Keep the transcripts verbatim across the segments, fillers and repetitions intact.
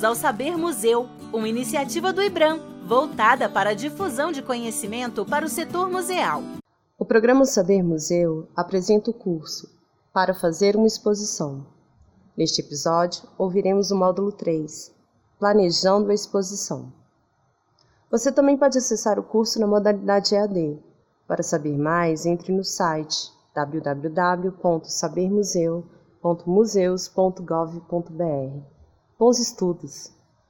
ao Saber Museu, uma iniciativa do IBRAM, voltada para a difusão de conhecimento para o setor museal. O programa Saber Museu apresenta o curso Para Fazer uma Exposição. Neste episódio, ouviremos o módulo três, Planejando a Exposição. Você também pode acessar o curso na modalidade E A D. Para saber mais, entre no site w w w ponto saber museu ponto museus ponto gov ponto b r. Bons estudos!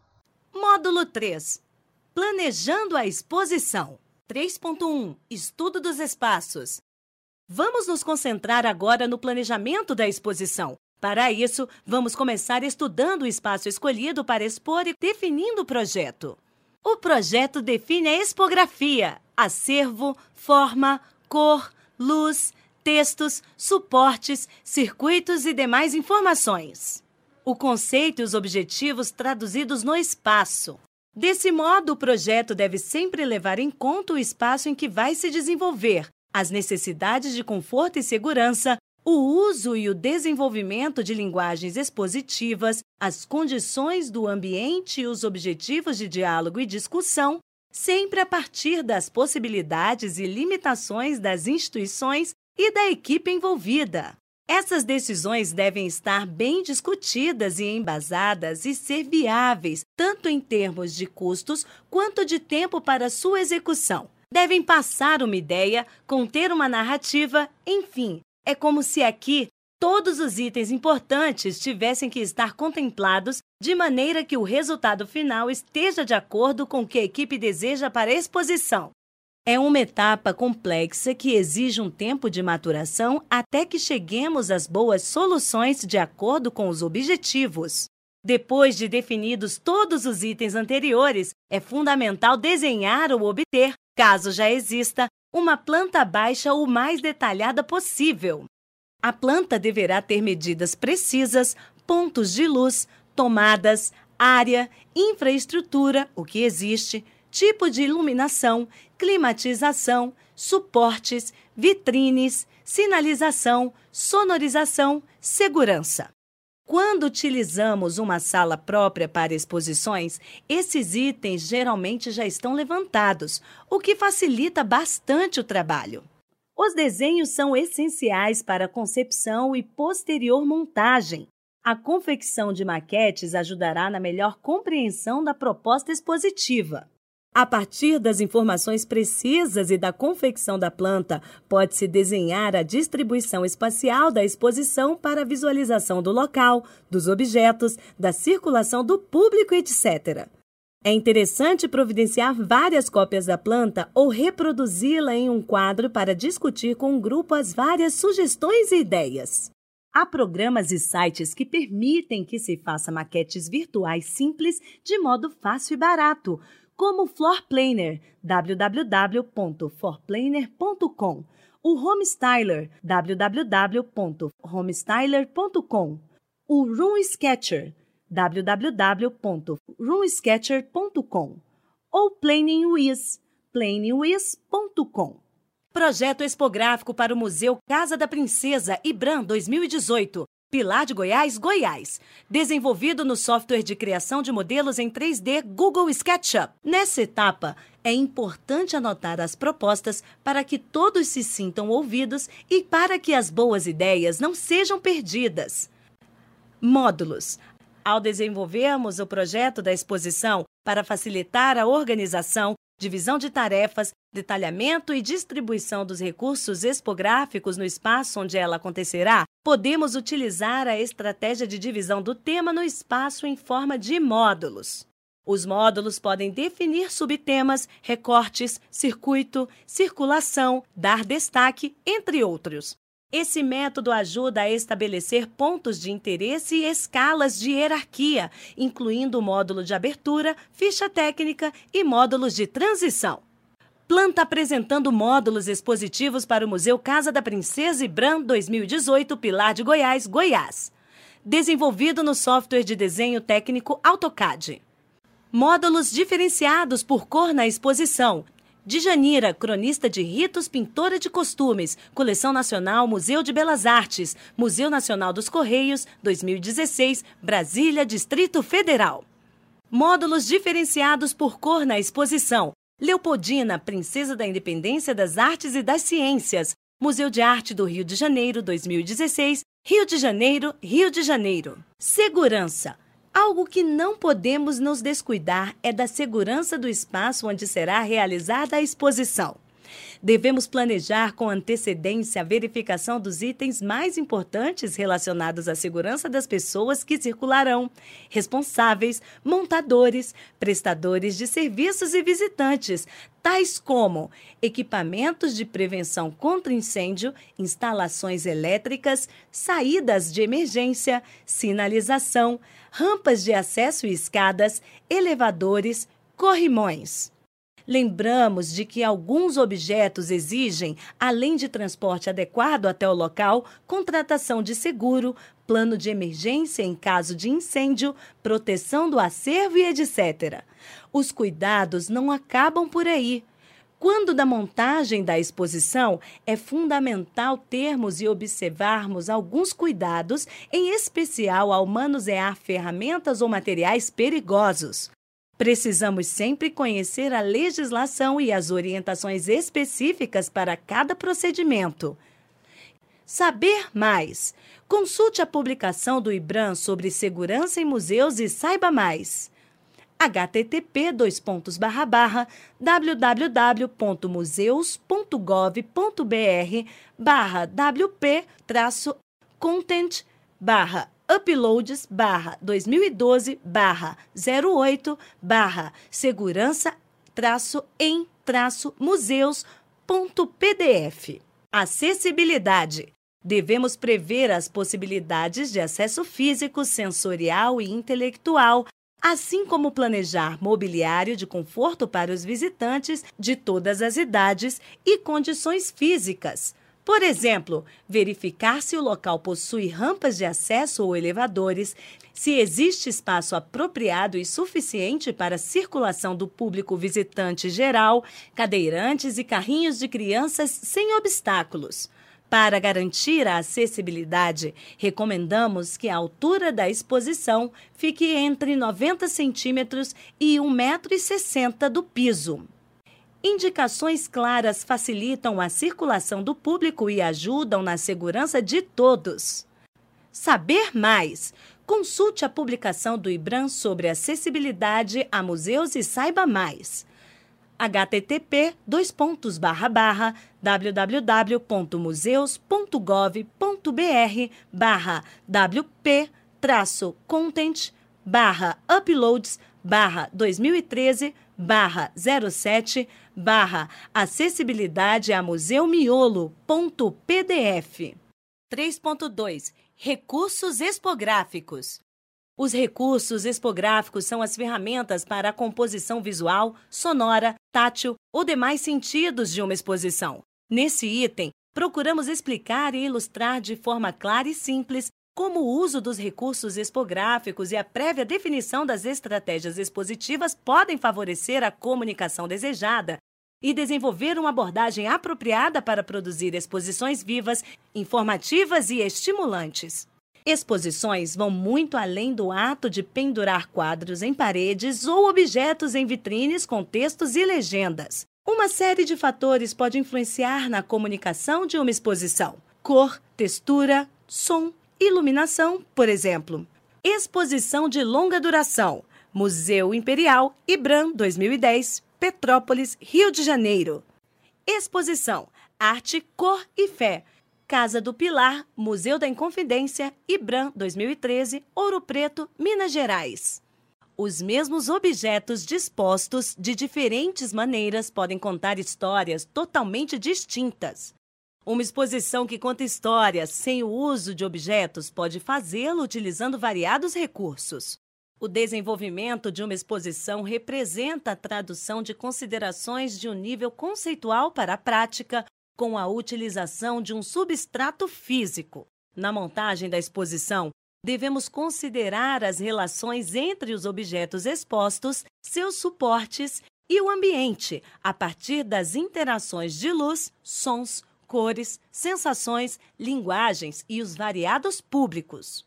Módulo três. Planejando a Exposição. três ponto um. Estudo dos espaços. Vamos nos concentrar agora no planejamento da exposição. Para isso, vamos começar estudando o espaço escolhido para expor e definindo o projeto. O projeto define a expografia, acervo, forma, cor, luz, textos, suportes, circuitos e demais informações. O conceito e os objetivos traduzidos no espaço. Desse modo, o projeto deve sempre levar em conta o espaço em que vai se desenvolver, as necessidades de conforto e segurança, o uso e o desenvolvimento de linguagens expositivas, as condições do ambiente e os objetivos de diálogo e discussão, sempre a partir das possibilidades e limitações das instituições e da equipe envolvida. Essas decisões devem estar bem discutidas e embasadas e ser viáveis, tanto em termos de custos quanto de tempo para sua execução. Devem passar uma ideia, conter uma narrativa, enfim, é como se aqui todos os itens importantes tivessem que estar contemplados de maneira que o resultado final esteja de acordo com o que a equipe deseja para a exposição. É uma etapa complexa que exige um tempo de maturação até que cheguemos às boas soluções de acordo com os objetivos. Depois de definidos todos os itens anteriores, é fundamental desenhar ou obter, caso já exista, uma planta baixa o mais detalhada possível. A planta deverá ter medidas precisas, pontos de luz, tomadas, área, infraestrutura, o que existe, tipo de iluminação, climatização, suportes, vitrines, sinalização, sonorização, segurança. Quando utilizamos uma sala própria para exposições, esses itens geralmente já estão levantados, o que facilita bastante o trabalho. Os desenhos são essenciais para a concepção e posterior montagem. A confecção de maquetes ajudará na melhor compreensão da proposta expositiva. A partir das informações precisas e da confecção da planta, pode-se desenhar a distribuição espacial da exposição para a visualização do local, dos objetos, da circulação do público, etcétera. É interessante providenciar várias cópias da planta ou reproduzi-la em um quadro para discutir com o grupo as várias sugestões e ideias. Há programas e sites que permitem que se faça maquetes virtuais simples de modo fácil e barato, como o Floor Planner, w w w ponto for planner ponto com, o Home Styler, w w w ponto home styler ponto com, o Room Sketcher, w w w ponto room sketcher ponto com, ou Planning-Wiz, planning-wiz ponto com. Projeto expográfico para o Museu Casa da Princesa IBRAM dois mil e dezoito. Pilar de Goiás, Goiás. Desenvolvido no software de criação de modelos em três D Google SketchUp. Nessa etapa, é importante anotar as propostas para que todos se sintam ouvidos e para que as boas ideias não sejam perdidas. Módulos. Ao desenvolvermos o projeto da exposição para facilitar a organização, divisão de tarefas, detalhamento e distribuição dos recursos expográficos no espaço onde ela acontecerá, podemos utilizar a estratégia de divisão do tema no espaço em forma de módulos. Os módulos podem definir subtemas, recortes, circuito, circulação, dar destaque, entre outros. Esse método ajuda a estabelecer pontos de interesse e escalas de hierarquia, incluindo o módulo de abertura, ficha técnica e módulos de transição. Planta apresentando módulos expositivos para o Museu Casa da Princesa IBRAM dois mil e dezoito, Pilar de Goiás, Goiás. Desenvolvido no software de desenho técnico AutoCAD. Módulos diferenciados por cor na exposição. Djanira, cronista de ritos, pintora de costumes, Coleção Nacional, Museu de Belas Artes, Museu Nacional dos Correios, dois mil e dezesseis, Brasília, Distrito Federal. Módulos diferenciados por cor na exposição. Leopoldina, Princesa da Independência das Artes e das Ciências. Museu de Arte do Rio de Janeiro, dois mil e dezesseis. Rio de Janeiro, Rio de Janeiro. Segurança. Algo que não podemos nos descuidar é da segurança do espaço onde será realizada a exposição. Devemos planejar com antecedência a verificação dos itens mais importantes relacionados à segurança das pessoas que circularão, responsáveis, montadores, prestadores de serviços e visitantes, tais como equipamentos de prevenção contra incêndio, instalações elétricas, saídas de emergência, sinalização, rampas de acesso e escadas, elevadores, corrimões. Lembramos de que alguns objetos exigem, além de transporte adequado até o local, contratação de seguro, plano de emergência em caso de incêndio, proteção do acervo e etcétera. Os cuidados não acabam por aí. Quando da montagem da exposição, é fundamental termos e observarmos alguns cuidados, em especial ao manusear ferramentas ou materiais perigosos. Precisamos sempre conhecer a legislação e as orientações específicas para cada procedimento. Saber mais. Consulte a publicação do IBRAM sobre segurança em museus e saiba mais. h t t p dois pontos barra barra w w w ponto museus ponto gov ponto b r barra w p traço content barra uploads barra dois mil e doze barra zero oito barra segurança traço em traço museus ponto p d f. Acessibilidade. Devemos prever as possibilidades de acesso físico, sensorial e intelectual, assim como planejar mobiliário de conforto para os visitantes de todas as idades e condições físicas. Por exemplo, verificar se o local possui rampas de acesso ou elevadores, se existe espaço apropriado e suficiente para a circulação do público visitante geral, cadeirantes e carrinhos de crianças sem obstáculos. Para garantir a acessibilidade, recomendamos que a altura da exposição fique entre noventa centímetros e um metro e sessenta do piso. Indicações claras facilitam a circulação do público e ajudam na segurança de todos. Saber mais. Consulte a publicação do IBRAM sobre acessibilidade a museus e saiba mais. h t t p dois pontos barra barra w w w ponto museus ponto gov ponto b r barra w p traço content barra uploads barra dois mil e treze barra zero sete barra acessibilidade a museu miolo ponto p d f. três ponto dois Recursos expográficos. Os recursos expográficos são as ferramentas para a composição visual, sonora, tátil ou demais sentidos de uma exposição. Nesse item, procuramos explicar e ilustrar de forma clara e simples como o uso dos recursos expográficos e a prévia definição das estratégias expositivas podem favorecer a comunicação desejada e desenvolver uma abordagem apropriada para produzir exposições vivas, informativas e estimulantes. Exposições vão muito além do ato de pendurar quadros em paredes ou objetos em vitrines com textos e legendas. Uma série de fatores pode influenciar na comunicação de uma exposição. Cor, textura, som, iluminação, por exemplo. Exposição de longa duração. Museu Imperial, IBRAM, dois mil e dez, Petrópolis, Rio de Janeiro. Exposição Arte, Cor e Fé. Casa do Pilar, Museu da Inconfidência, IBRAM, dois mil e treze, Ouro Preto, Minas Gerais. Os mesmos objetos dispostos de diferentes maneiras podem contar histórias totalmente distintas. Uma exposição que conta histórias sem o uso de objetos pode fazê-lo utilizando variados recursos. O desenvolvimento de uma exposição representa a tradução de considerações de um nível conceitual para a prática, com a utilização de um substrato físico. Na montagem da exposição, devemos considerar as relações entre os objetos expostos, seus suportes e o ambiente, a partir das interações de luz, sons, cores, sensações, linguagens e os variados públicos.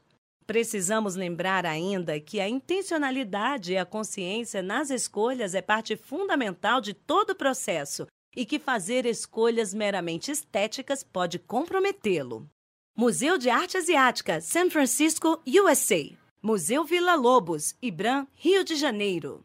Precisamos lembrar ainda que a intencionalidade e a consciência nas escolhas é parte fundamental de todo o processo e que fazer escolhas meramente estéticas pode comprometê-lo. Museu de Arte Asiática, San Francisco, U S A. Museu Villa-Lobos, IBRAM, Rio de Janeiro.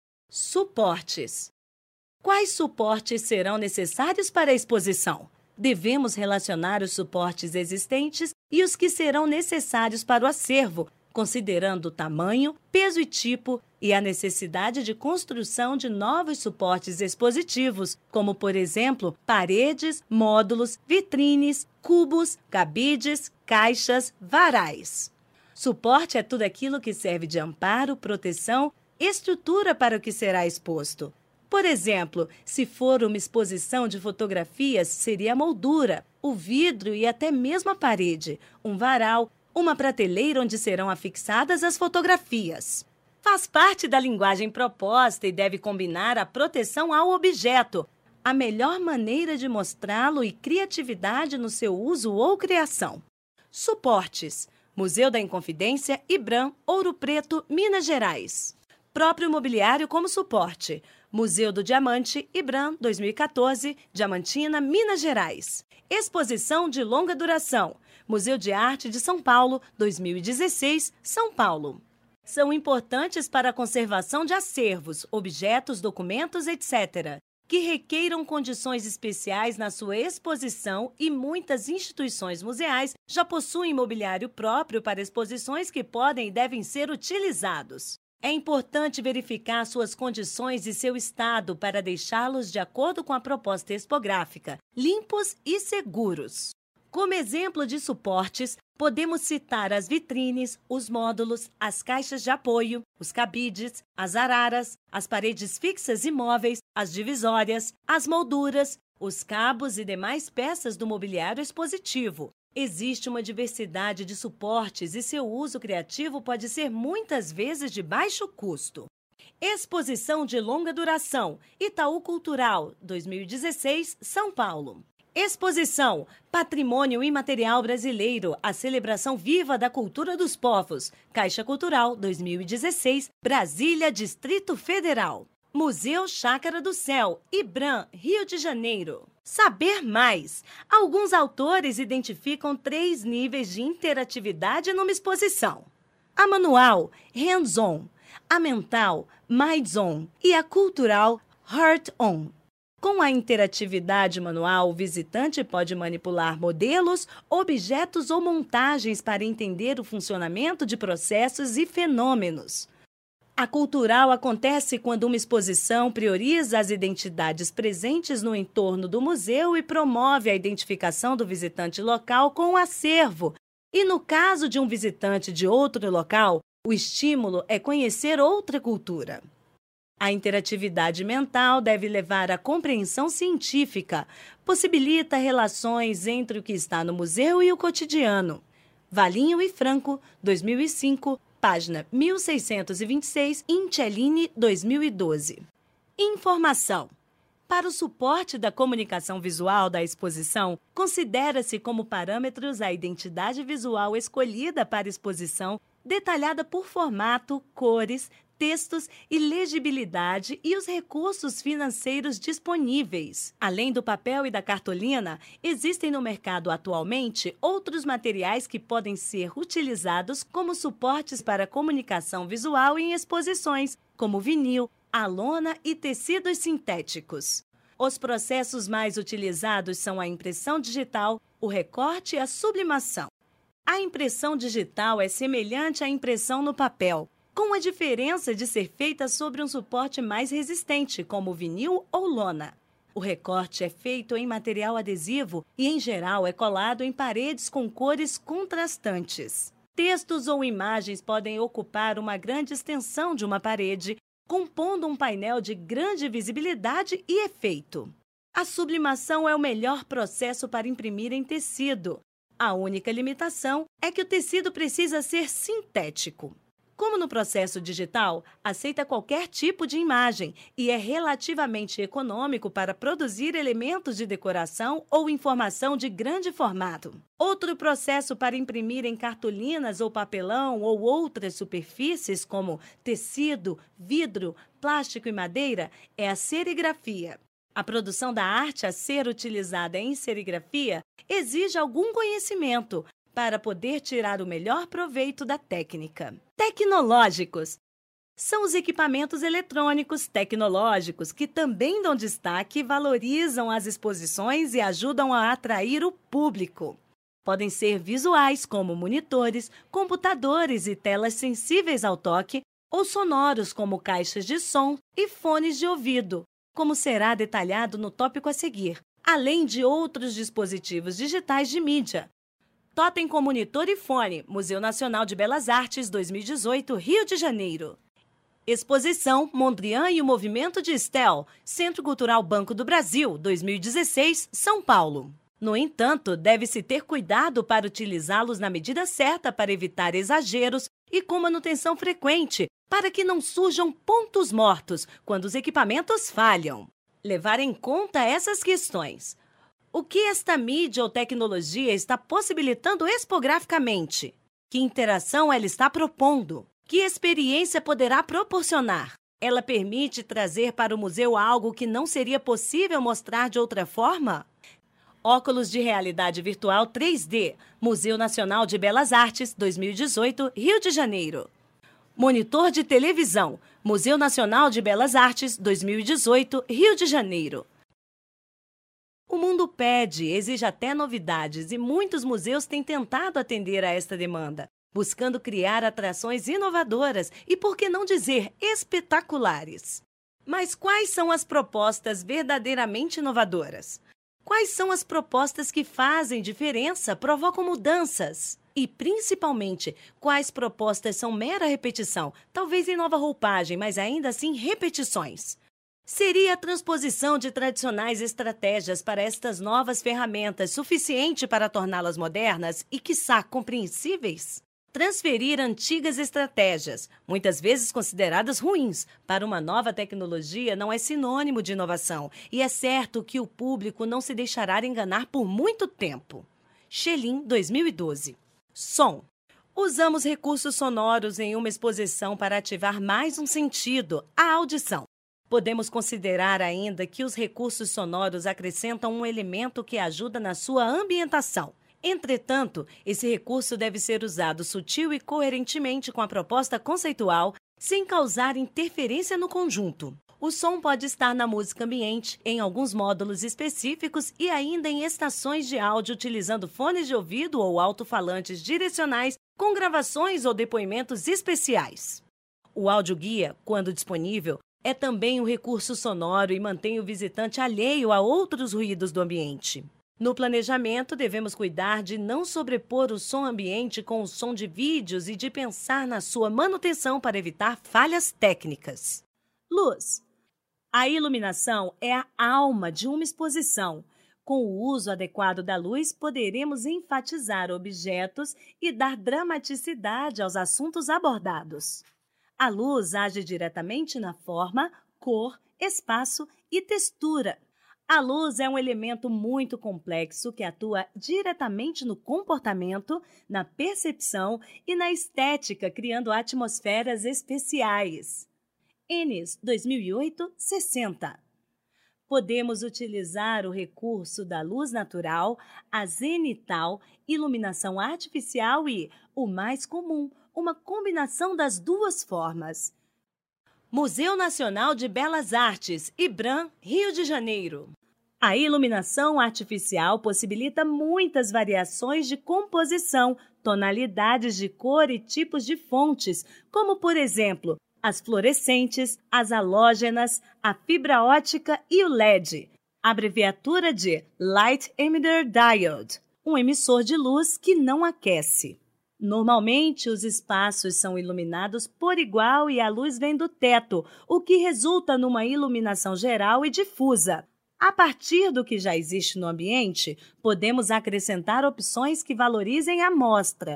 Suportes. Quais suportes serão necessários para a exposição? Devemos relacionar os suportes existentes e os que serão necessários para o acervo, considerando o tamanho, peso e tipo e a necessidade de construção de novos suportes expositivos, como, por exemplo, paredes, módulos, vitrines, cubos, cabides, caixas, varais. Suporte é tudo aquilo que serve de amparo, proteção, estrutura para o que será exposto. Por exemplo, se for uma exposição de fotografias, seria a moldura, o vidro e até mesmo a parede, um varal, uma prateleira onde serão afixadas as fotografias. Faz parte da linguagem proposta e deve combinar a proteção ao objeto, a melhor maneira de mostrá-lo e criatividade no seu uso ou criação. Suportes. Museu da Inconfidência, IBRAM, Ouro Preto, Minas Gerais. Próprio mobiliário como suporte. Museu do Diamante, IBRAM, dois mil e quatorze, Diamantina, Minas Gerais. Exposição de longa duração. Museu de Arte de São Paulo, dois mil e dezesseis, São Paulo. São importantes para a conservação de acervos, objetos, documentos, etcétera, que requeiram condições especiais na sua exposição e muitas instituições museais já possuem mobiliário próprio para exposições que podem e devem ser utilizados. É importante verificar suas condições e seu estado para deixá-los de acordo com a proposta expográfica, limpos e seguros. Como exemplo de suportes, podemos citar as vitrines, os módulos, as caixas de apoio, os cabides, as araras, as paredes fixas e móveis, as divisórias, as molduras, os cabos e demais peças do mobiliário expositivo. Existe uma diversidade de suportes e seu uso criativo pode ser muitas vezes de baixo custo. Exposição de longa duração, Itaú Cultural, dois mil e dezesseis, São Paulo. Exposição Patrimônio Imaterial Brasileiro, a celebração viva da cultura dos povos, Caixa Cultural, dois mil e dezesseis, Brasília, Distrito Federal. Museu Chácara do Céu, IBRAM, Rio de Janeiro. Saber mais. Alguns autores identificam três níveis de interatividade numa exposição. A manual, hands-on. A mental, minds-on. E a cultural, heart-on. Com a interatividade manual, o visitante pode manipular modelos, objetos ou montagens para entender o funcionamento de processos e fenômenos. A cultural acontece quando uma exposição prioriza as identidades presentes no entorno do museu e promove a identificação do visitante local com o acervo. E no caso de um visitante de outro local, o estímulo é conhecer outra cultura. A interatividade mental deve levar à compreensão científica, possibilita relações entre o que está no museu e o cotidiano. Valinho e Franco, dois mil e cinco, página mil seiscentos e vinte e seis, Inceline, dois mil e doze. Informação. Para o suporte da comunicação visual da exposição, considera-se como parâmetros a identidade visual escolhida para exposição, detalhada por formato, cores, textos e legibilidade e os recursos financeiros disponíveis. Além do papel e da cartolina, existem no mercado atualmente outros materiais que podem ser utilizados como suportes para comunicação visual em exposições, como vinil, a lona e tecidos sintéticos. Os processos mais utilizados são a impressão digital, o recorte e a sublimação. A impressão digital é semelhante à impressão no papel, com a diferença de ser feita sobre um suporte mais resistente, como vinil ou lona. O recorte é feito em material adesivo e, em geral, é colado em paredes com cores contrastantes. Textos ou imagens podem ocupar uma grande extensão de uma parede, compondo um painel de grande visibilidade e efeito. A sublimação é o melhor processo para imprimir em tecido. A única limitação é que o tecido precisa ser sintético. Como no processo digital, aceita qualquer tipo de imagem e é relativamente econômico para produzir elementos de decoração ou informação de grande formato. Outro processo para imprimir em cartolinas ou papelão ou outras superfícies, como tecido, vidro, plástico e madeira, é a serigrafia. A produção da arte a ser utilizada em serigrafia exige algum conhecimento para poder tirar o melhor proveito da técnica. Tecnológicos são os equipamentos eletrônicos tecnológicos que também dão destaque, valorizam as exposições e ajudam a atrair o público. Podem ser visuais, como monitores, computadores e telas sensíveis ao toque, ou sonoros, como caixas de som e fones de ouvido, como será detalhado no tópico a seguir, além de outros dispositivos digitais de mídia. Totem com monitor e fone, Museu Nacional de Belas Artes, dois mil e dezoito, Rio de Janeiro. Exposição Mondrian e o Movimento de Estel, Centro Cultural Banco do Brasil, dois mil e dezesseis, São Paulo. No entanto, deve-se ter cuidado para utilizá-los na medida certa para evitar exageros e com manutenção frequente, para que não surjam pontos mortos quando os equipamentos falham. Levar em conta essas questões. O que esta mídia ou tecnologia está possibilitando expograficamente? Que interação ela está propondo? Que experiência poderá proporcionar? Ela permite trazer para o museu algo que não seria possível mostrar de outra forma? Óculos de realidade virtual três D, Museu Nacional de Belas Artes, dois mil e dezoito, Rio de Janeiro. Monitor de televisão, Museu Nacional de Belas Artes, dois mil e dezoito, Rio de Janeiro. O mundo pede, exige até novidades e muitos museus têm tentado atender a esta demanda, buscando criar atrações inovadoras e, por que não dizer, espetaculares. Mas quais são as propostas verdadeiramente inovadoras? Quais são as propostas que fazem diferença, provocam mudanças? E, principalmente, quais propostas são mera repetição, talvez em nova roupagem, mas ainda assim repetições? Seria a transposição de tradicionais estratégias para estas novas ferramentas suficiente para torná-las modernas e, quiçá, compreensíveis? Transferir antigas estratégias, muitas vezes consideradas ruins, para uma nova tecnologia não é sinônimo de inovação, e é certo que o público não se deixará enganar por muito tempo. Xelim, dois mil e doze. Som. Usamos recursos sonoros em uma exposição para ativar mais um sentido, a audição. Podemos considerar ainda que os recursos sonoros acrescentam um elemento que ajuda na sua ambientação. Entretanto, esse recurso deve ser usado sutil e coerentemente com a proposta conceitual, sem causar interferência no conjunto. O som pode estar na música ambiente, em alguns módulos específicos e ainda em estações de áudio utilizando fones de ouvido ou alto-falantes direcionais com gravações ou depoimentos especiais. O áudio-guia, quando disponível, é também um recurso sonoro e mantém o visitante alheio a outros ruídos do ambiente. No planejamento, devemos cuidar de não sobrepor o som ambiente com o som de vídeos e de pensar na sua manutenção para evitar falhas técnicas. Luz. A iluminação é a alma de uma exposição. Com o uso adequado da luz, poderemos enfatizar objetos e dar dramaticidade aos assuntos abordados. A luz age diretamente na forma, cor, espaço e textura. A luz é um elemento muito complexo que atua diretamente no comportamento, na percepção e na estética, criando atmosferas especiais. Enes, dois mil e oito, sessenta. Podemos utilizar o recurso da luz natural, a zenital, iluminação artificial e, o mais comum, uma combinação das duas formas. Museu Nacional de Belas Artes, IBRAM, Rio de Janeiro. A iluminação artificial possibilita muitas variações de composição, tonalidades de cor e tipos de fontes, como, por exemplo, as fluorescentes, as halógenas, a fibra ótica e o L E D, abreviatura de Light Emitter Diode, um emissor de luz que não aquece. Normalmente, os espaços são iluminados por igual e a luz vem do teto, o que resulta numa iluminação geral e difusa. A partir do que já existe no ambiente, podemos acrescentar opções que valorizem a mostra.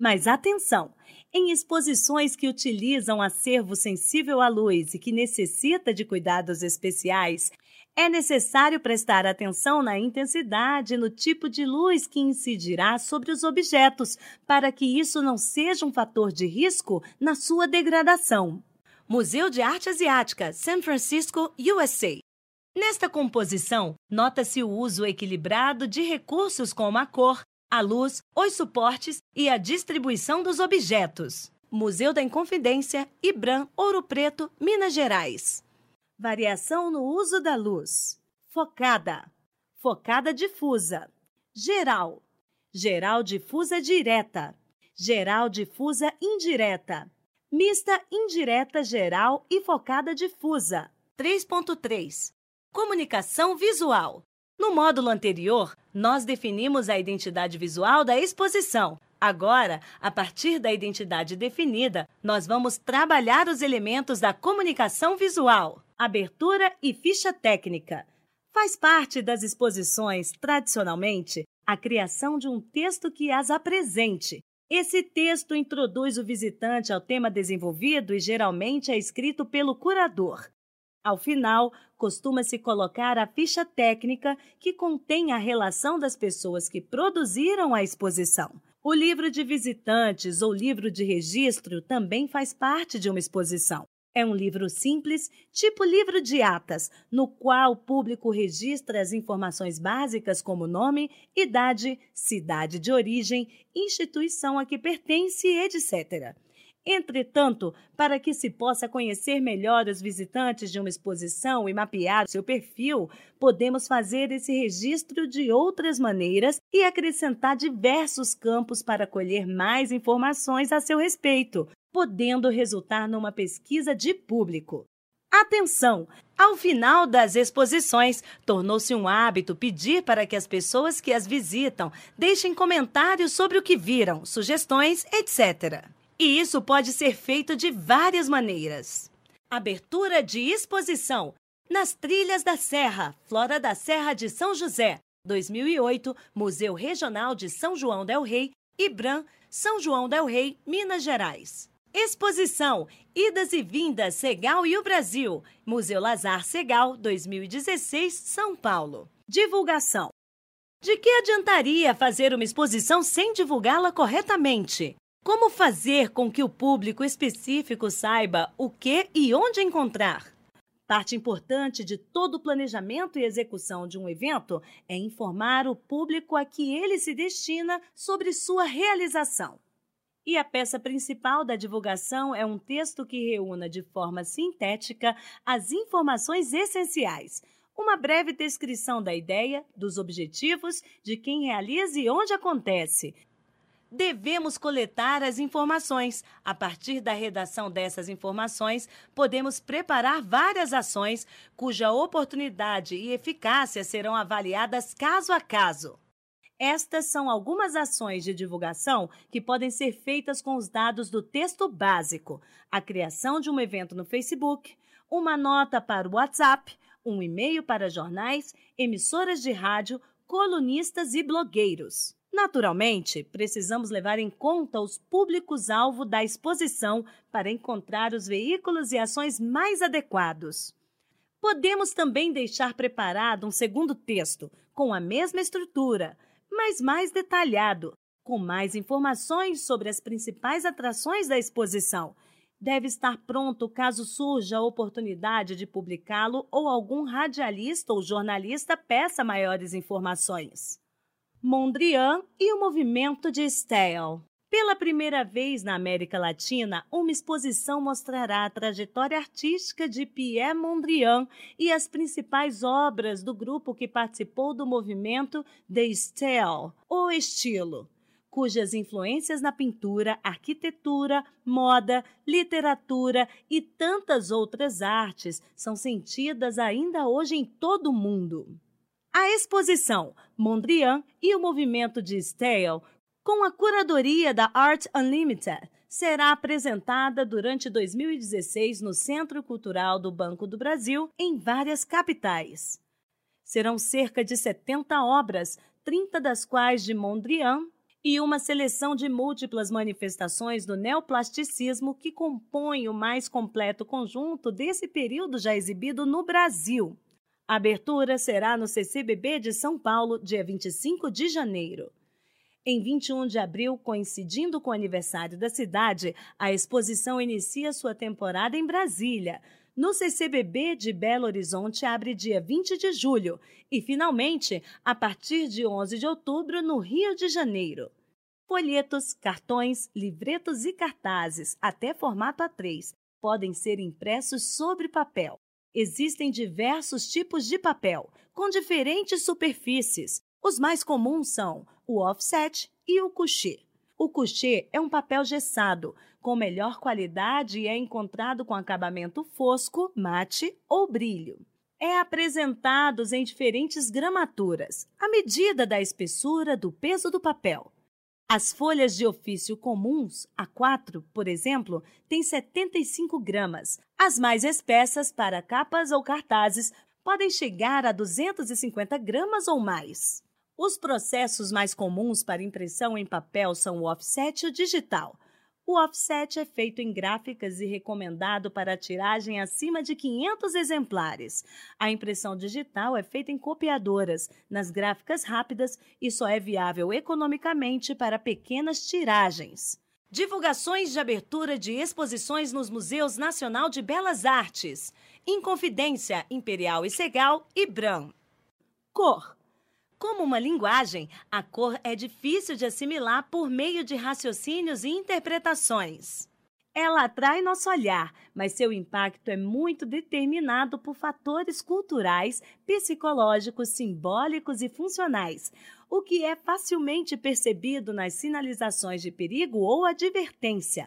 Mas atenção! Em exposições que utilizam acervo sensível à luz e que necessita de cuidados especiais, é necessário prestar atenção na intensidade e no tipo de luz que incidirá sobre os objetos, para que isso não seja um fator de risco na sua degradação. Museu de Arte Asiática, San Francisco, U S A. Nesta composição, nota-se o uso equilibrado de recursos como a cor, a luz, os suportes e a distribuição dos objetos. Museu da Inconfidência, IBRAM, Ouro Preto, Minas Gerais. Variação no uso da luz. Focada. Focada difusa. Geral. Geral difusa direta. Geral difusa indireta. Mista indireta geral e focada difusa. três ponto três. Comunicação visual. No módulo anterior, nós definimos a identidade visual da exposição. Agora, a partir da identidade definida, nós vamos trabalhar os elementos da comunicação visual. Abertura e ficha técnica. Faz parte das exposições, tradicionalmente, a criação de um texto que as apresente. Esse texto introduz o visitante ao tema desenvolvido e geralmente é escrito pelo curador. Ao final, costuma-se colocar a ficha técnica que contém a relação das pessoas que produziram a exposição. O livro de visitantes ou livro de registro também faz parte de uma exposição. É um livro simples, tipo livro de atas, no qual o público registra as informações básicas como nome, idade, cidade de origem, instituição a que pertence, etcétera. Entretanto, para que se possa conhecer melhor os visitantes de uma exposição e mapear seu perfil, podemos fazer esse registro de outras maneiras e acrescentar diversos campos para colher mais informações a seu respeito, podendo resultar numa pesquisa de público. Atenção! Ao final das exposições, tornou-se um hábito pedir para que as pessoas que as visitam deixem comentários sobre o que viram, sugestões, etcétera. E isso pode ser feito de várias maneiras. Abertura de exposição. Nas Trilhas da Serra, Flora da Serra de São José, dois mil e oito, Museu Regional de São João del Rei, IBRAM, São João del Rei, Minas Gerais. Exposição Idas e Vindas Segal e o Brasil, Museu Lazar Segal, dois mil e dezesseis, São Paulo. Divulgação. De que adiantaria fazer uma exposição sem divulgá-la corretamente? Como fazer com que o público específico saiba o que e onde encontrar? Parte importante de todo o planejamento e execução de um evento é informar o público a que ele se destina sobre sua realização. E a peça principal da divulgação é um texto que reúna de forma sintética as informações essenciais, uma breve descrição da ideia, dos objetivos, de quem realiza e onde acontece. Devemos coletar as informações. A partir da redação dessas informações, podemos preparar várias ações cuja oportunidade e eficácia serão avaliadas caso a caso. Estas são algumas ações de divulgação que podem ser feitas com os dados do texto básico: a criação de um evento no Facebook, uma nota para o WhatsApp, um e-mail para jornais, emissoras de rádio, colunistas e blogueiros. Naturalmente, precisamos levar em conta os públicos-alvo da exposição para encontrar os veículos e ações mais adequados. Podemos também deixar preparado um segundo texto, com a mesma estrutura, mas mais detalhado, com mais informações sobre as principais atrações da exposição. Deve estar pronto caso surja a oportunidade de publicá-lo ou algum radialista ou jornalista peça maiores informações. Mondrian e o movimento de Staël. Pela primeira vez na América Latina, uma exposição mostrará a trajetória artística de Pierre Mondrian e as principais obras do grupo que participou do movimento de Staël, ou estilo, cujas influências na pintura, arquitetura, moda, literatura e tantas outras artes são sentidas ainda hoje em todo o mundo. A exposição Mondrian e o movimento de Staël, com a curadoria da Art Unlimited, será apresentada durante dois mil e dezesseis no Centro Cultural do Banco do Brasil, em várias capitais. Serão cerca de setenta obras, trinta das quais de Mondrian e uma seleção de múltiplas manifestações do neoplasticismo que compõem o mais completo conjunto desse período já exibido no Brasil. A abertura será no C C B B de São Paulo, dia vinte e cinco de janeiro. Em vinte e um de abril, coincidindo com o aniversário da cidade, a exposição inicia sua temporada em Brasília. No C C B B de Belo Horizonte abre dia vinte de julho e, finalmente, a partir de onze de outubro, no Rio de Janeiro. Folhetos, cartões, livretos e cartazes, até formato A três, podem ser impressos sobre papel. Existem diversos tipos de papel, com diferentes superfícies. Os mais comuns são o offset e o couché. O couché é um papel gessado, com melhor qualidade e é encontrado com acabamento fosco, mate ou brilho. É apresentado em diferentes gramaturas, à medida da espessura do peso do papel. As folhas de ofício comuns, A quatro, por exemplo, têm setenta e cinco gramas. As mais espessas, para capas ou cartazes, podem chegar a duzentos e cinquenta gramas ou mais. Os processos mais comuns para impressão em papel são o offset e o digital. O offset é feito em gráficas e recomendado para tiragem acima de quinhentos exemplares. A impressão digital é feita em copiadoras, nas gráficas rápidas e só é viável economicamente para pequenas tiragens. Divulgações de abertura de exposições nos Museus Nacional de Belas Artes, Inconfidência, Imperial e Segal e Bram. Cor. Como uma linguagem, a cor é difícil de assimilar por meio de raciocínios e interpretações. Ela atrai nosso olhar, mas seu impacto é muito determinado por fatores culturais, psicológicos, simbólicos e funcionais, o que é facilmente percebido nas sinalizações de perigo ou advertência.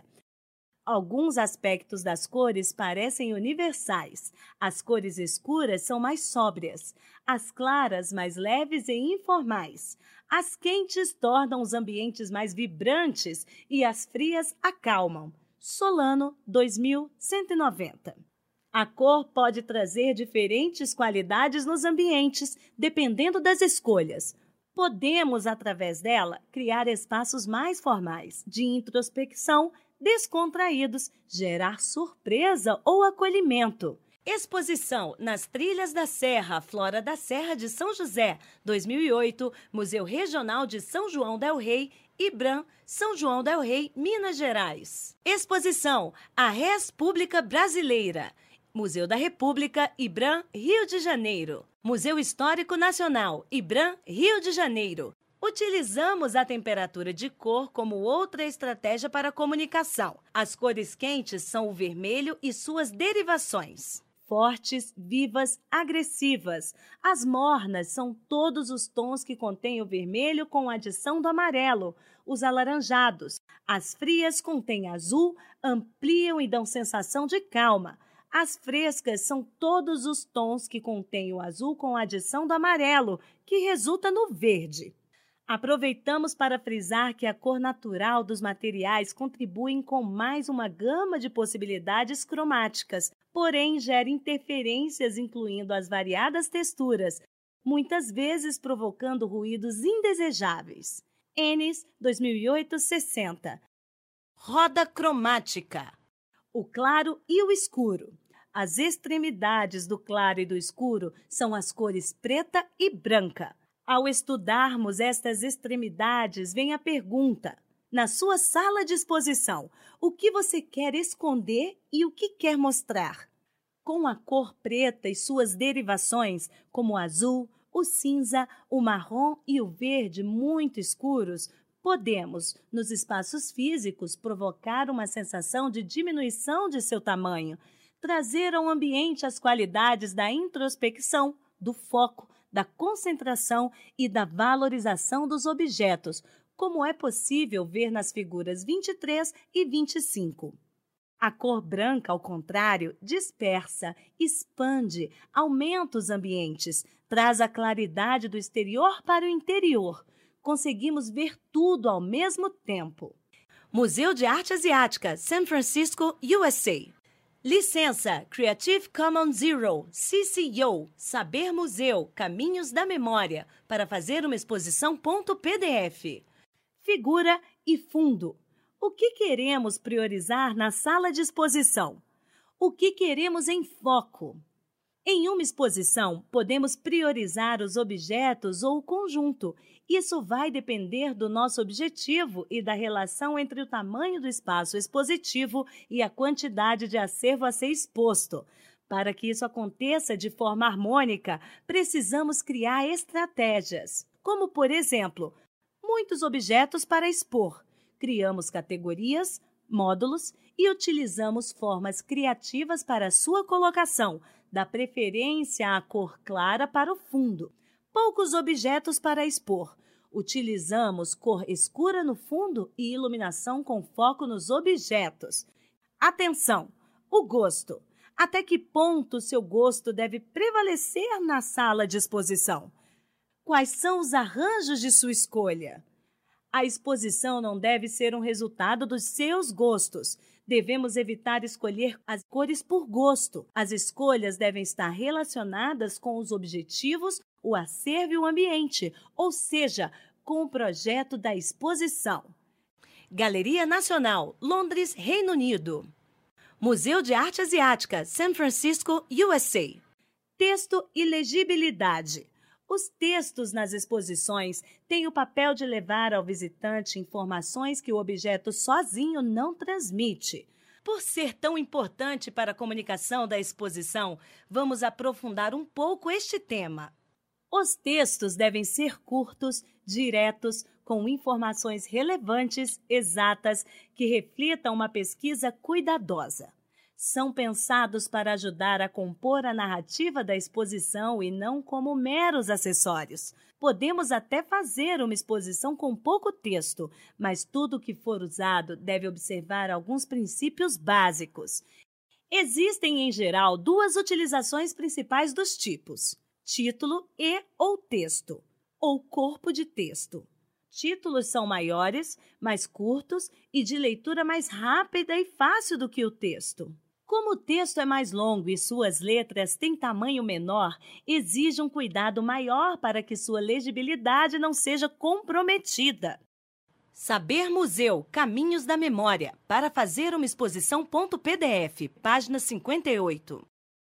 Alguns aspectos das cores parecem universais. As cores escuras são mais sóbrias, as claras mais leves e informais. As quentes tornam os ambientes mais vibrantes e as frias acalmam. Solano, dois mil cento e noventa. A cor pode trazer diferentes qualidades nos ambientes, dependendo das escolhas. Podemos, através dela, criar espaços mais formais, de introspecção, descontraídos, gerar surpresa ou acolhimento. Exposição nas Trilhas da Serra, Flora da Serra de São José, dois mil e oito, Museu Regional de São João del Rei, IBRAM, São João del Rei, Minas Gerais. Exposição A Res Pública Brasileira, Museu da República, IBRAM, Rio de Janeiro. Museu Histórico Nacional, IBRAM, Rio de Janeiro. Utilizamos a temperatura de cor como outra estratégia para a comunicação. As cores quentes são o vermelho e suas derivações. Fortes, vivas, agressivas. As mornas são todos os tons que contêm o vermelho com adição do amarelo. Os alaranjados. As frias contêm azul, ampliam e dão sensação de calma. As frescas são todos os tons que contêm o azul com adição do amarelo, que resulta no verde. Aproveitamos para frisar que a cor natural dos materiais contribui com mais uma gama de possibilidades cromáticas, porém gera interferências incluindo as variadas texturas, muitas vezes provocando ruídos indesejáveis. Ennis, dois mil e oito, sessenta. Roda cromática. O claro e o escuro. As extremidades do claro e do escuro são as cores preta e branca. Ao estudarmos estas extremidades, vem a pergunta: na sua sala de exposição, o que você quer esconder e o que quer mostrar? Com a cor preta e suas derivações, como o azul, o cinza, o marrom e o verde muito escuros, podemos, nos espaços físicos, provocar uma sensação de diminuição de seu tamanho, trazer ao ambiente as qualidades da introspecção, do foco, da concentração e da valorização dos objetos, como é possível ver nas figuras vinte e três e vinte e cinco. A cor branca, ao contrário, dispersa, expande, aumenta os ambientes, traz a claridade do exterior para o interior. Conseguimos ver tudo ao mesmo tempo. Museu de Arte Asiática, San Francisco, U S A. Licença Creative Commons Zero, C C O, Saber Museu, Caminhos da Memória, para fazer uma exposição .pdf. Figura e fundo. O que queremos priorizar na sala de exposição? O que queremos em foco? Em uma exposição, podemos priorizar os objetos ou o conjunto. Isso vai depender do nosso objetivo e da relação entre o tamanho do espaço expositivo e a quantidade de acervo a ser exposto. Para que isso aconteça de forma harmônica, precisamos criar estratégias, como, por exemplo, muitos objetos para expor. Criamos categorias, módulos e utilizamos formas criativas para sua colocação, da preferência à cor clara para o fundo. Poucos objetos para expor. Utilizamos cor escura no fundo e iluminação com foco nos objetos. Atenção! O gosto. Até que ponto seu gosto deve prevalecer na sala de exposição? Quais são os arranjos de sua escolha? A exposição não deve ser um resultado dos seus gostos. Devemos evitar escolher as cores por gosto. As escolhas devem estar relacionadas com os objetivos, o acervo e o ambiente, ou seja, com o projeto da exposição. Galeria Nacional, Londres, Reino Unido. Museu de Arte Asiática, San Francisco, U S A. Texto e legibilidade. Os textos nas exposições têm o papel de levar ao visitante informações que o objeto sozinho não transmite. Por ser tão importante para a comunicação da exposição, vamos aprofundar um pouco este tema. Os textos devem ser curtos, diretos, com informações relevantes, exatas, que reflitam uma pesquisa cuidadosa. São pensados para ajudar a compor a narrativa da exposição e não como meros acessórios. Podemos até fazer uma exposição com pouco texto, mas tudo que for usado deve observar alguns princípios básicos. Existem, em geral, duas utilizações principais dos tipos: título e ou texto, ou corpo de texto. Títulos são maiores, mais curtos e de leitura mais rápida e fácil do que o texto. Como o texto é mais longo e suas letras têm tamanho menor, exige um cuidado maior para que sua legibilidade não seja comprometida. Saber Museu, Caminhos da Memória, para fazer uma exposição.pdf, página cinquenta e oito.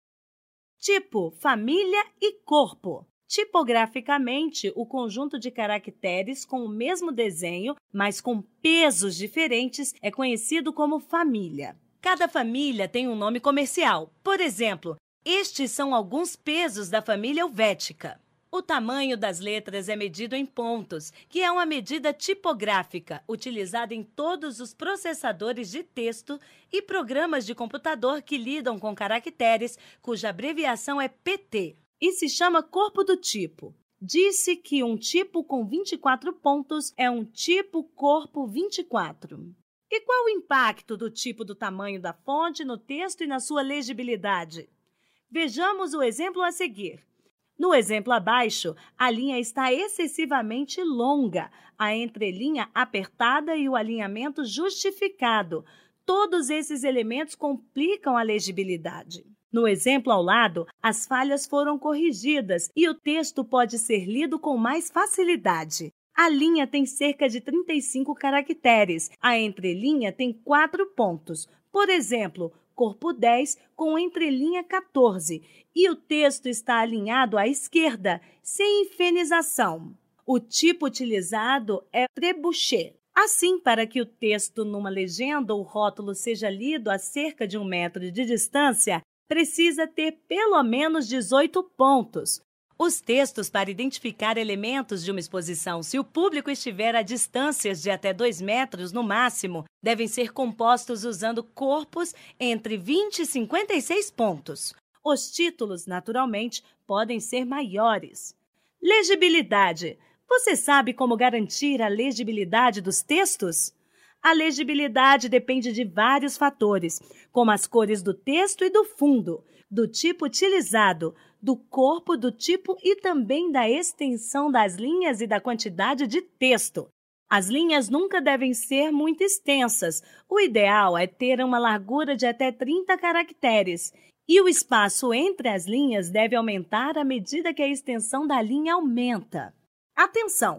Tipo, família e corpo. Tipograficamente, o conjunto de caracteres com o mesmo desenho, mas com pesos diferentes, é conhecido como família. Cada família tem um nome comercial. Por exemplo, estes são alguns pesos da família helvética. O tamanho das letras é medido em pontos, que é uma medida tipográfica, utilizada em todos os processadores de texto e programas de computador que lidam com caracteres, cuja abreviação é P T, e se chama corpo do tipo. Disse que um tipo com vinte e quatro pontos é um tipo corpo vinte e quatro. E qual o impacto do tipo do tamanho da fonte no texto e na sua legibilidade? Vejamos o exemplo a seguir. No exemplo abaixo, a linha está excessivamente longa, a entrelinha apertada e o alinhamento justificado. Todos esses elementos complicam a legibilidade. No exemplo ao lado, as falhas foram corrigidas e o texto pode ser lido com mais facilidade. A linha tem cerca de trinta e cinco caracteres, a entrelinha tem quatro pontos. Por exemplo, corpo dez com entrelinha quatorze, e o texto está alinhado à esquerda, sem infinização. O tipo utilizado é trebuchet. Assim, para que o texto numa legenda ou rótulo seja lido a cerca de um metro de distância, precisa ter pelo menos dezoito pontos. Os textos para identificar elementos de uma exposição, se o público estiver a distâncias de até dois metros no máximo, devem ser compostos usando corpos entre vinte e cinquenta e seis pontos. Os títulos, naturalmente, podem ser maiores. Legibilidade. Você sabe como garantir a legibilidade dos textos? A legibilidade depende de vários fatores, como as cores do texto e do fundo, do tipo utilizado, do corpo do tipo e também da extensão das linhas e da quantidade de texto. As linhas nunca devem ser muito extensas. O ideal é ter uma largura de até trinta caracteres. E o espaço entre as linhas deve aumentar à medida que a extensão da linha aumenta. Atenção!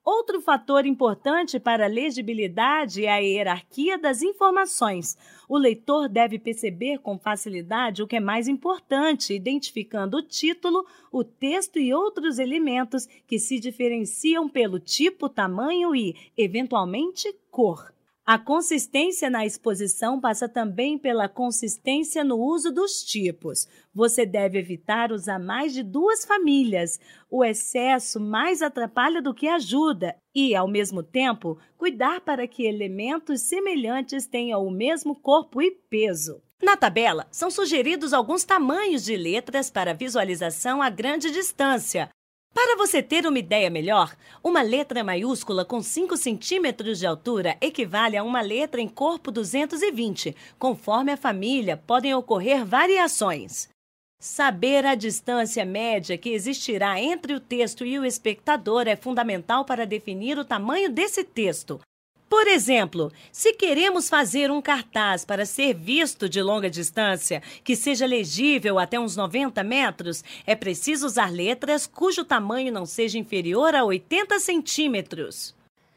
Outro fator importante para a legibilidade é a hierarquia das informações. O leitor deve perceber com facilidade o que é mais importante, identificando o título, o texto e outros elementos que se diferenciam pelo tipo, tamanho e, eventualmente, cor. A consistência na exposição passa também pela consistência no uso dos tipos. Você deve evitar usar mais de duas famílias. O excesso mais atrapalha do que ajuda e, ao mesmo tempo, cuidar para que elementos semelhantes tenham o mesmo corpo e peso. Na tabela, são sugeridos alguns tamanhos de letras para visualização a grande distância. Para você ter uma ideia melhor, uma letra maiúscula com cinco centímetros de altura equivale a uma letra em corpo duzentos e vinte. Conforme a família, podem ocorrer variações. Saber a distância média que existirá entre o texto e o espectador é fundamental para definir o tamanho desse texto. Por exemplo, se queremos fazer um cartaz para ser visto de longa distância, que seja legível até uns noventa metros, é preciso usar letras cujo tamanho não seja inferior a oitenta centímetros.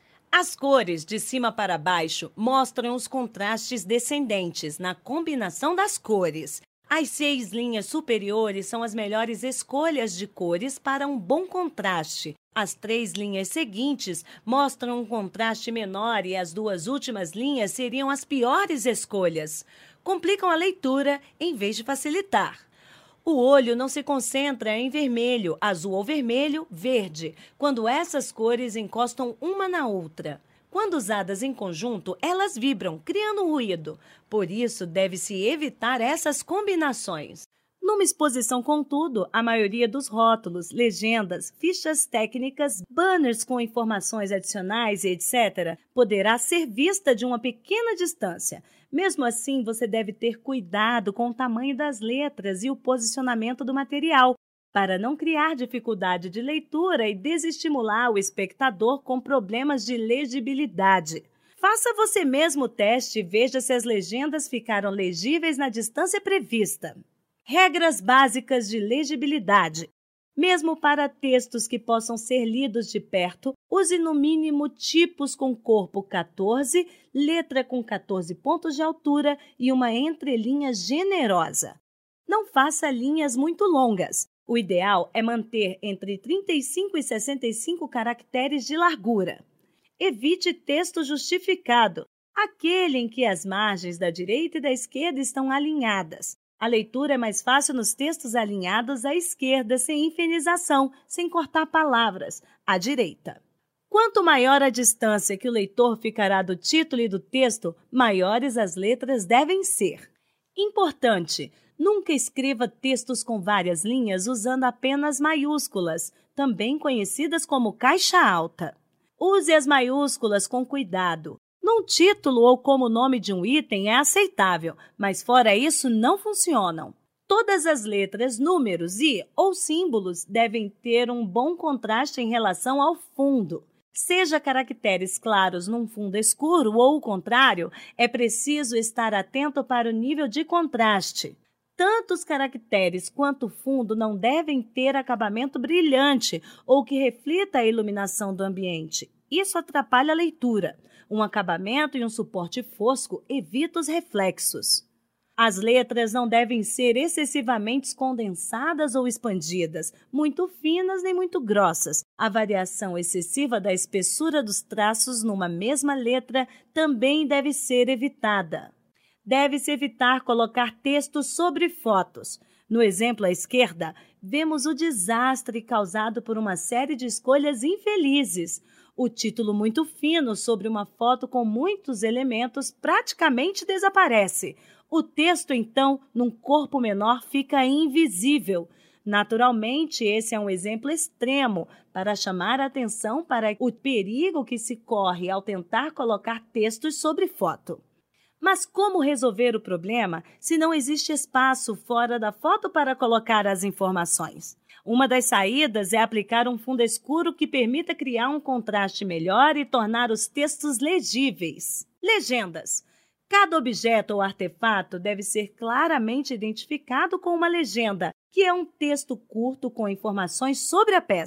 As cores de cima para baixo mostram os contrastes descendentes na combinação das cores. As seis linhas superiores são as melhores escolhas de cores para um bom contraste. As três linhas seguintes mostram um contraste menor e as duas últimas linhas seriam as piores escolhas. Complicam a leitura em vez de facilitar. O olho não se concentra em vermelho, azul ou vermelho, verde, quando essas cores encostam uma na outra. Quando usadas em conjunto, elas vibram, criando ruído. Por isso, deve-se evitar essas combinações. Numa exposição, contudo, a maioria dos rótulos, legendas, fichas técnicas, banners com informações adicionais e etcétera poderá ser vista de uma pequena distância. Mesmo assim, você deve ter cuidado com o tamanho das letras e o posicionamento do material, para não criar dificuldade de leitura e desestimular o espectador com problemas de legibilidade. Faça você mesmo o teste e veja se as legendas ficaram legíveis na distância prevista. Regras básicas de legibilidade. Mesmo para textos que possam ser lidos de perto, use no mínimo tipos com corpo quatorze, letra com quatorze pontos de altura e uma entrelinha generosa. Não faça linhas muito longas. O ideal é manter entre trinta e cinco e sessenta e cinco caracteres de largura. Evite texto justificado, aquele em que as margens da direita e da esquerda estão alinhadas. A leitura é mais fácil nos textos alinhados à esquerda, sem infinização, sem cortar palavras, à direita. Quanto maior a distância que o leitor ficará do título e do texto, maiores as letras devem ser. Importante! Nunca escreva textos com várias linhas usando apenas maiúsculas, também conhecidas como caixa alta. Use as maiúsculas com cuidado. Num título ou como nome de um item é aceitável, mas fora isso não funcionam. Todas as letras, números e ou símbolos devem ter um bom contraste em relação ao fundo. Seja caracteres claros num fundo escuro ou o contrário, é preciso estar atento para o nível de contraste. Tanto os caracteres quanto o fundo não devem ter acabamento brilhante ou que reflita a iluminação do ambiente. Isso atrapalha a leitura. Um acabamento e um suporte fosco evita os reflexos. As letras não devem ser excessivamente condensadas ou expandidas, muito finas nem muito grossas. A variação excessiva da espessura dos traços numa mesma letra também deve ser evitada. Deve-se evitar colocar textos sobre fotos. No exemplo à esquerda, vemos o desastre causado por uma série de escolhas infelizes. O título muito fino sobre uma foto com muitos elementos praticamente desaparece. O texto, então, num corpo menor, fica invisível. Naturalmente, esse é um exemplo extremo para chamar a atenção para o perigo que se corre ao tentar colocar textos sobre foto. Mas como resolver o problema se não existe espaço fora da foto para colocar as informações? Uma das saídas é aplicar um fundo escuro que permita criar um contraste melhor e tornar os textos legíveis. Legendas. Cada objeto ou artefato deve ser claramente identificado com uma legenda, que é um texto curto com informações sobre a peça.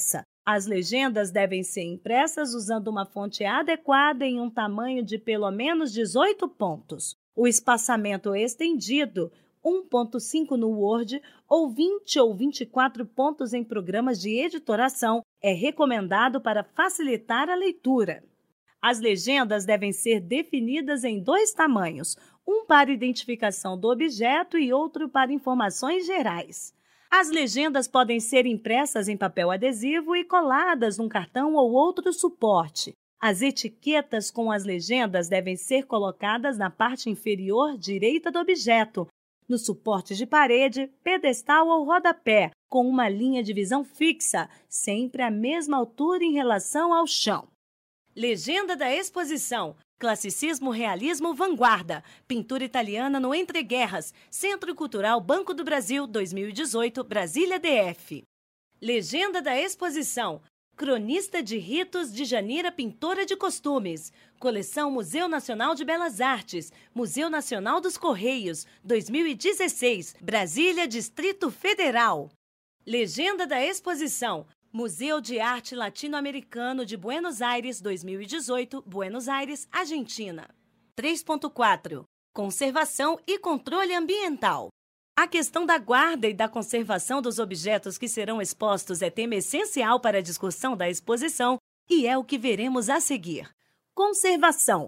As legendas devem ser impressas usando uma fonte adequada em um tamanho de pelo menos dezoito pontos. O espaçamento estendido, um ponto cinco no Word ou vinte ou vinte e quatro pontos em programas de editoração, é recomendado para facilitar a leitura. As legendas devem ser definidas em dois tamanhos, um para identificação do objeto e outro para informações gerais. As legendas podem ser impressas em papel adesivo e coladas num cartão ou outro suporte. As etiquetas com as legendas devem ser colocadas na parte inferior direita do objeto, no suporte de parede, pedestal ou rodapé, com uma linha de visão fixa, sempre à mesma altura em relação ao chão. Legenda da exposição: Classicismo, Realismo, Vanguarda. Pintura italiana no Entreguerras. Centro Cultural Banco do Brasil, dois mil e dezoito, Brasília, D F. Legenda da exposição: Cronista de Ritos de Janira, Pintora de Costumes. Coleção Museu Nacional de Belas Artes. Museu Nacional dos Correios, dois mil e dezesseis, Brasília, Distrito Federal. Legenda da exposição: Museu de Arte Latino-Americano de Buenos Aires, dois mil e dezoito, Buenos Aires, Argentina. três ponto quatro. Conservação e controle ambiental. A questão da guarda e da conservação dos objetos que serão expostos é tema essencial para a discussão da exposição e é o que veremos a seguir. Conservação.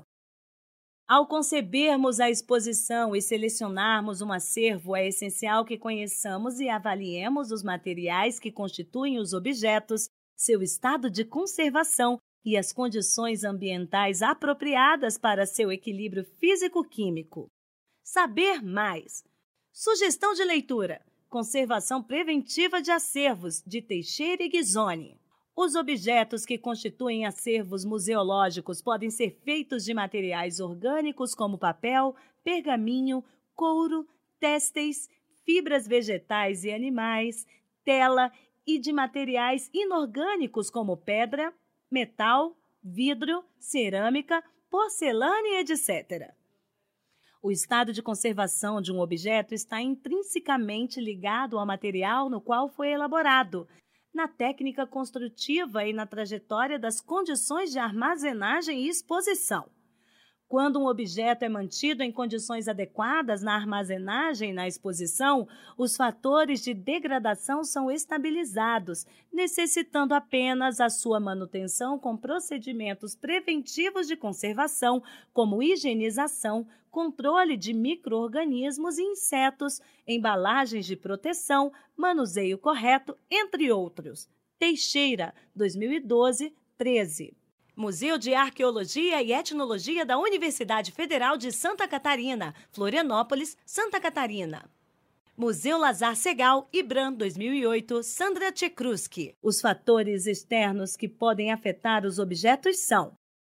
Ao concebermos a exposição e selecionarmos um acervo, é essencial que conheçamos e avaliemos os materiais que constituem os objetos, seu estado de conservação e as condições ambientais apropriadas para seu equilíbrio físico-químico. Saber mais. Sugestão de leitura: Conservação Preventiva de Acervos, de Teixeira e Ghisoni. Os objetos que constituem acervos museológicos podem ser feitos de materiais orgânicos como papel, pergaminho, couro, têxteis, fibras vegetais e animais, tela e de materiais inorgânicos como pedra, metal, vidro, cerâmica, porcelana e etcétera. O estado de conservação de um objeto está intrinsecamente ligado ao material no qual foi elaborado, na técnica construtiva e na trajetória das condições de armazenagem e exposição. Quando um objeto é mantido em condições adequadas na armazenagem e na exposição, os fatores de degradação são estabilizados, necessitando apenas a sua manutenção com procedimentos preventivos de conservação, como higienização, controle de micro-organismos e insetos, embalagens de proteção, manuseio correto, entre outros. Teixeira, dois mil e doze, treze. Museu de Arqueologia e Etnologia da Universidade Federal de Santa Catarina, Florianópolis, Santa Catarina. Museu Lazar Segal, IBRAM, dois mil e oito, Sandra Tchekruski. Os fatores externos que podem afetar os objetos são: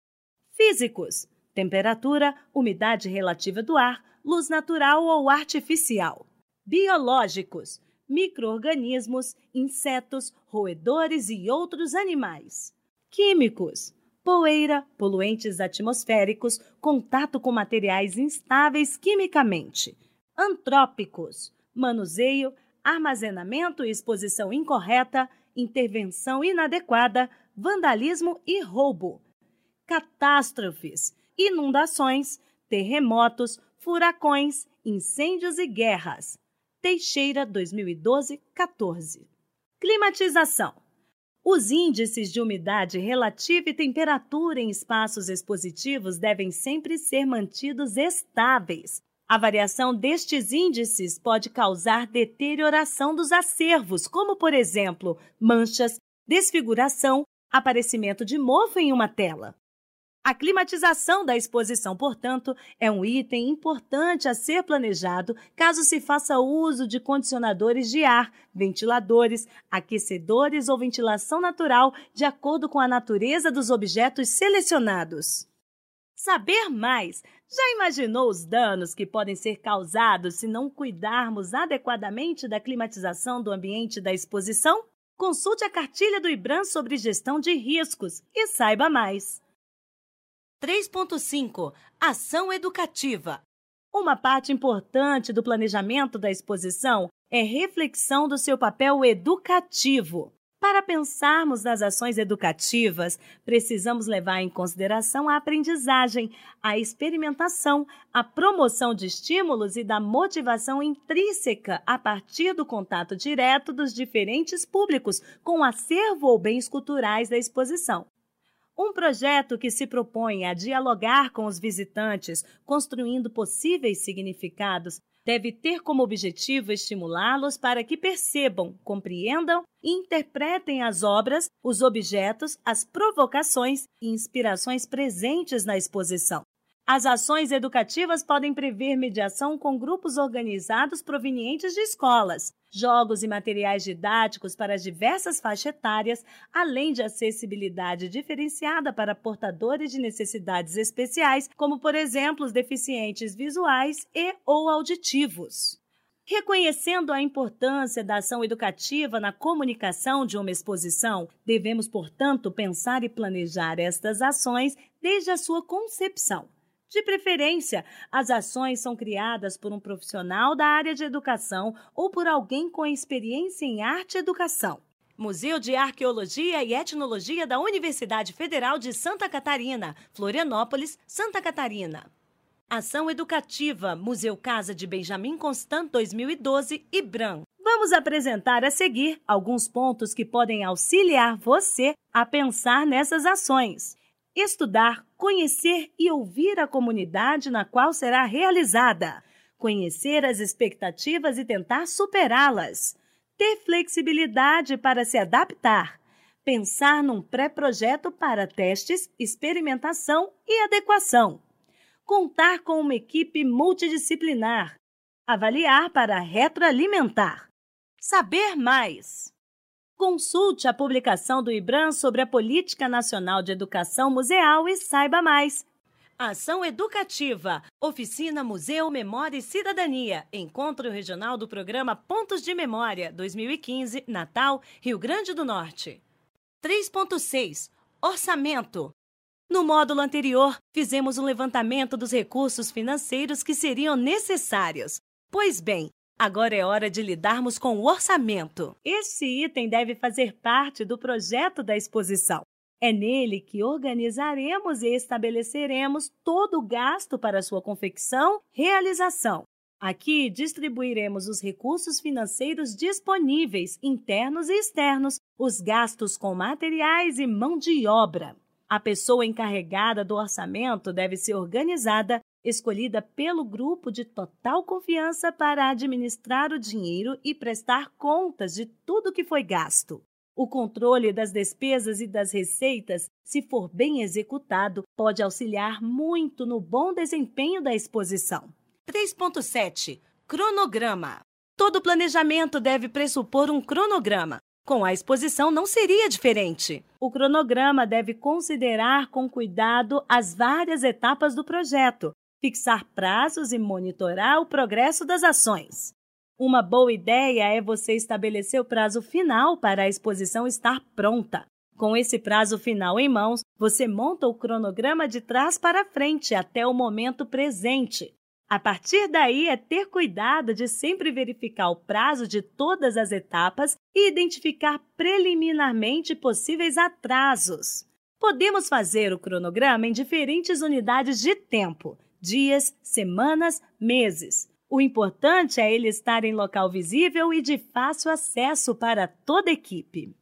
físicos: temperatura, umidade relativa do ar, luz natural ou artificial. Biológicos: micro-organismos, insetos, roedores e outros animais. Químicos: poeira, poluentes atmosféricos, contato com materiais instáveis quimicamente. Antrópicos: manuseio, armazenamento e exposição incorreta, intervenção inadequada, vandalismo e roubo. Catástrofes: inundações, terremotos, furacões, incêndios e guerras. Teixeira, dois mil e doze, quatorze. Climatização: os índices de umidade relativa e temperatura em espaços expositivos devem sempre ser mantidos estáveis. A variação destes índices pode causar deterioração dos acervos, como, por exemplo, manchas, desfiguração, aparecimento de mofo em uma tela. A climatização da exposição, portanto, é um item importante a ser planejado caso se faça uso de condicionadores de ar, ventiladores, aquecedores ou ventilação natural, de acordo com a natureza dos objetos selecionados. Saber mais! Já imaginou os danos que podem ser causados se não cuidarmos adequadamente da climatização do ambiente da exposição? Consulte a cartilha do IBRAM sobre gestão de riscos e saiba mais. três ponto cinco. Ação educativa. Uma parte importante do planejamento da exposição é reflexão do seu papel educativo. Para pensarmos nas ações educativas, precisamos levar em consideração a aprendizagem, a experimentação, a promoção de estímulos e da motivação intrínseca a partir do contato direto dos diferentes públicos com o acervo ou bens culturais da exposição. Um projeto que se propõe a dialogar com os visitantes, construindo possíveis significados, deve ter como objetivo estimulá-los para que percebam, compreendam e interpretem as obras, os objetos, as provocações e inspirações presentes na exposição. As ações educativas podem prever mediação com grupos organizados provenientes de escolas, jogos e materiais didáticos para as diversas faixas etárias, além de acessibilidade diferenciada para portadores de necessidades especiais, como, por exemplo, os deficientes visuais e ou auditivos. Reconhecendo a importância da ação educativa na comunicação de uma exposição, devemos, portanto, pensar e planejar estas ações desde a sua concepção. De preferência, as ações são criadas por um profissional da área de educação ou por alguém com experiência em arte e educação. Museu de Arqueologia e Etnologia da Universidade Federal de Santa Catarina, Florianópolis, Santa Catarina. Ação Educativa, Museu Casa de Benjamin Constant dois mil e doze, IBRAM. Vamos apresentar a seguir alguns pontos que podem auxiliar você a pensar nessas ações. Estudar, conhecer e ouvir a comunidade na qual será realizada. Conhecer as expectativas e tentar superá-las. Ter flexibilidade para se adaptar. Pensar num pré-projeto para testes, experimentação e adequação. Contar com uma equipe multidisciplinar. Avaliar para retroalimentar. Saber mais. Consulte a publicação do IBRAM sobre a Política Nacional de Educação Museal e saiba mais. Ação Educativa, Oficina Museu, Memória e Cidadania, Encontro Regional do Programa Pontos de Memória, dois mil e quinze, Natal, Rio Grande do Norte. três ponto seis. Orçamento. No módulo anterior, fizemos um levantamento dos recursos financeiros que seriam necessários. Pois bem, agora é hora de lidarmos com o orçamento. Este item deve fazer parte do projeto da exposição. É nele que organizaremos e estabeleceremos todo o gasto para sua confecção e realização. Aqui distribuiremos os recursos financeiros disponíveis, internos e externos, os gastos com materiais e mão de obra. A pessoa encarregada do orçamento deve ser organizada, escolhida pelo grupo de total confiança para administrar o dinheiro e prestar contas de tudo que foi gasto. O controle das despesas e das receitas, se for bem executado, pode auxiliar muito no bom desempenho da exposição. três ponto sete. Cronograma. Todo planejamento deve pressupor um cronograma. Com a exposição não seria diferente. O cronograma deve considerar com cuidado as várias etapas do projeto, fixar prazos e monitorar o progresso das ações. Uma boa ideia é você estabelecer o prazo final para a exposição estar pronta. Com esse prazo final em mãos, você monta o cronograma de trás para frente até o momento presente. A partir daí, é ter cuidado de sempre verificar o prazo de todas as etapas e identificar preliminarmente possíveis atrasos. Podemos fazer o cronograma em diferentes unidades de tempo, dias, semanas, meses. O importante é ele estar em local visível e de fácil acesso para toda a equipe.